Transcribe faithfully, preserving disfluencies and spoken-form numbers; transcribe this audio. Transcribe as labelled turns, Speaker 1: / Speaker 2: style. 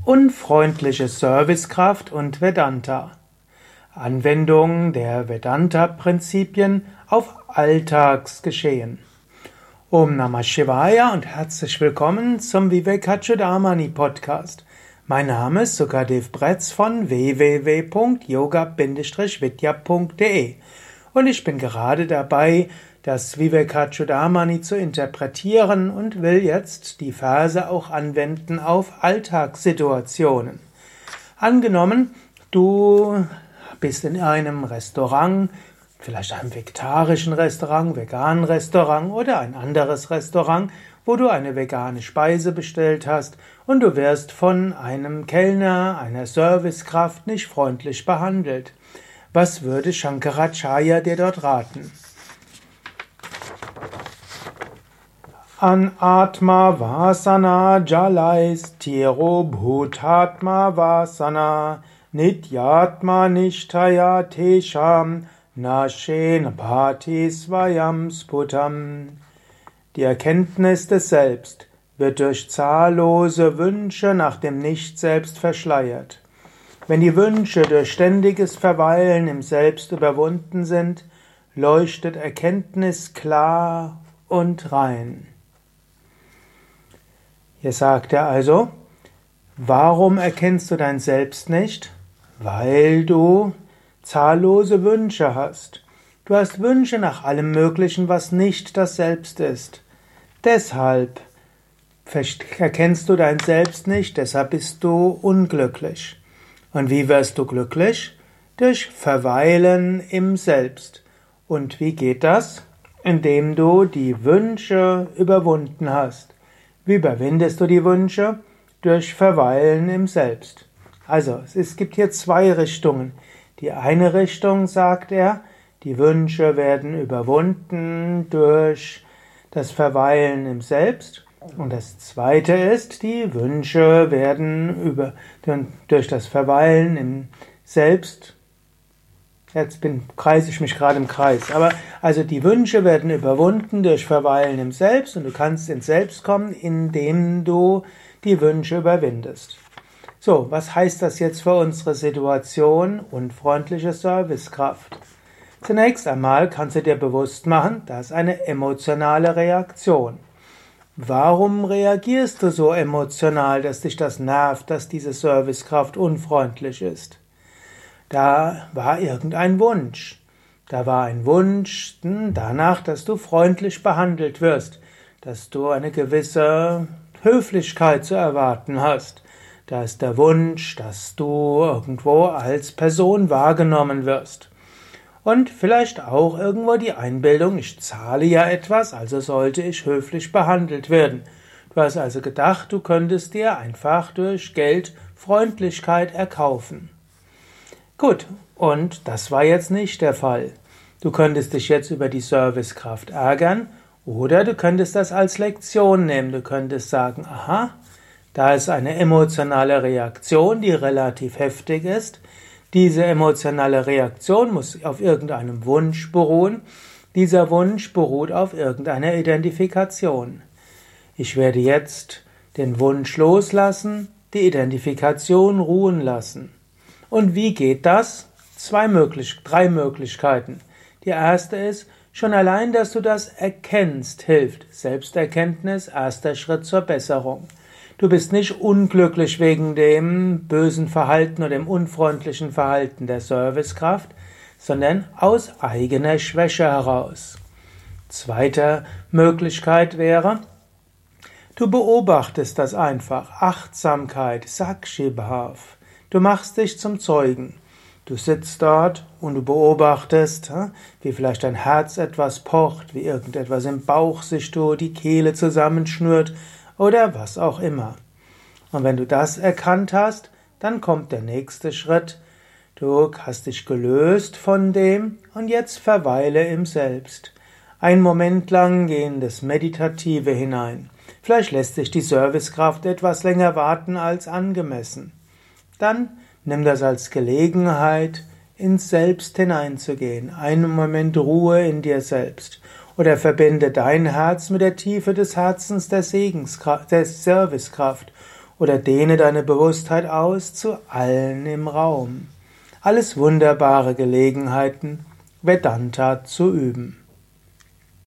Speaker 1: Unfreundliche Servicekraft und Vedanta. Anwendung der Vedanta-Prinzipien auf Alltagsgeschehen. Om Namah Shivaya und herzlich willkommen zum Vivekachudamani Podcast. Mein Name ist Sukadev Bretz von w w w punkt yoga vidya punkt de und ich bin gerade dabei, das Vivekachudamani zu interpretieren und will jetzt die Verse auch anwenden auf Alltagssituationen. Angenommen, du bist in einem Restaurant, vielleicht einem vegetarischen Restaurant, veganen Restaurant oder ein anderes Restaurant, wo du eine vegane Speise bestellt hast und du wirst von einem Kellner, einer Servicekraft nicht freundlich behandelt. Was würde Shankaracharya dir dort raten? An Atma Vasana Jalais Tiro Bhutatma Vasana Nityatma Nishtaya Tesham Nashen Bhati Svayam Sputam. Die Erkenntnis des Selbst wird durch zahllose Wünsche nach dem Nicht-Selbst verschleiert. Wenn die Wünsche durch ständiges Verweilen im Selbst überwunden sind, leuchtet Erkenntnis klar und rein. Hier sagt er also, warum erkennst du dein Selbst nicht? Weil du zahllose Wünsche hast. Du hast Wünsche nach allem Möglichen, was nicht das Selbst ist. Deshalb erkennst du dein Selbst nicht, deshalb bist du unglücklich. Und wie wirst du glücklich? Durch Verweilen im Selbst. Und wie geht das? Indem du die Wünsche überwunden hast. Wie überwindest du die Wünsche? Durch Verweilen im Selbst. Also, es gibt hier zwei Richtungen. Die eine Richtung, sagt er, die Wünsche werden überwunden durch das Verweilen im Selbst. Und das zweite ist, die Wünsche werden über, durch das Verweilen im Selbst. Jetzt bin, kreise ich mich gerade im Kreis. Aber also die Wünsche werden überwunden durch Verweilen im Selbst und du kannst ins Selbst kommen, indem du die Wünsche überwindest. So, was heißt das jetzt für unsere Situation? Unfreundliche Servicekraft. Zunächst einmal kannst du dir bewusst machen, das ist eine emotionale Reaktion. Warum reagierst du so emotional, dass dich das nervt, dass diese Servicekraft unfreundlich ist? Da war irgendein Wunsch. Da war ein Wunsch danach, dass du freundlich behandelt wirst, dass du eine gewisse Höflichkeit zu erwarten hast. Da ist der Wunsch, dass du irgendwo als Person wahrgenommen wirst. Und vielleicht auch irgendwo die Einbildung, ich zahle ja etwas, also sollte ich höflich behandelt werden. Du hast also gedacht, du könntest dir einfach durch Geld Freundlichkeit erkaufen. Gut, und das war jetzt nicht der Fall. Du könntest dich jetzt über die Servicekraft ärgern oder du könntest das als Lektion nehmen. Du könntest sagen, aha, da ist eine emotionale Reaktion, die relativ heftig ist. Diese emotionale Reaktion muss auf irgendeinem Wunsch beruhen. Dieser Wunsch beruht auf irgendeiner Identifikation. Ich werde jetzt den Wunsch loslassen, die Identifikation ruhen lassen. Und wie geht das? Zwei möglich, drei Möglichkeiten. Die erste ist, schon allein, dass du das erkennst, hilft. Selbsterkenntnis, erster Schritt zur Besserung. Du bist nicht unglücklich wegen dem bösen Verhalten oder dem unfreundlichen Verhalten der Servicekraft, sondern aus eigener Schwäche heraus. Zweite Möglichkeit wäre, du beobachtest das einfach. Achtsamkeit, Sakshibhav. Du machst dich zum Zeugen. Du sitzt dort und du beobachtest, wie vielleicht dein Herz etwas pocht, wie irgendetwas im Bauch sich tut, die Kehle zusammenschnürt oder was auch immer. Und wenn du das erkannt hast, dann kommt der nächste Schritt. Du hast dich gelöst von dem und jetzt verweile im Selbst. Ein Moment lang geh in das Meditative hinein. Vielleicht lässt sich die Servicekraft etwas länger warten als angemessen. Dann nimm das als Gelegenheit, ins Selbst hineinzugehen, einen Moment Ruhe in dir selbst. Oder verbinde dein Herz mit der Tiefe des Herzens der Segenskraft, der Servicekraft oder dehne deine Bewusstheit aus zu allen im Raum. Alles wunderbare Gelegenheiten, Vedanta zu üben.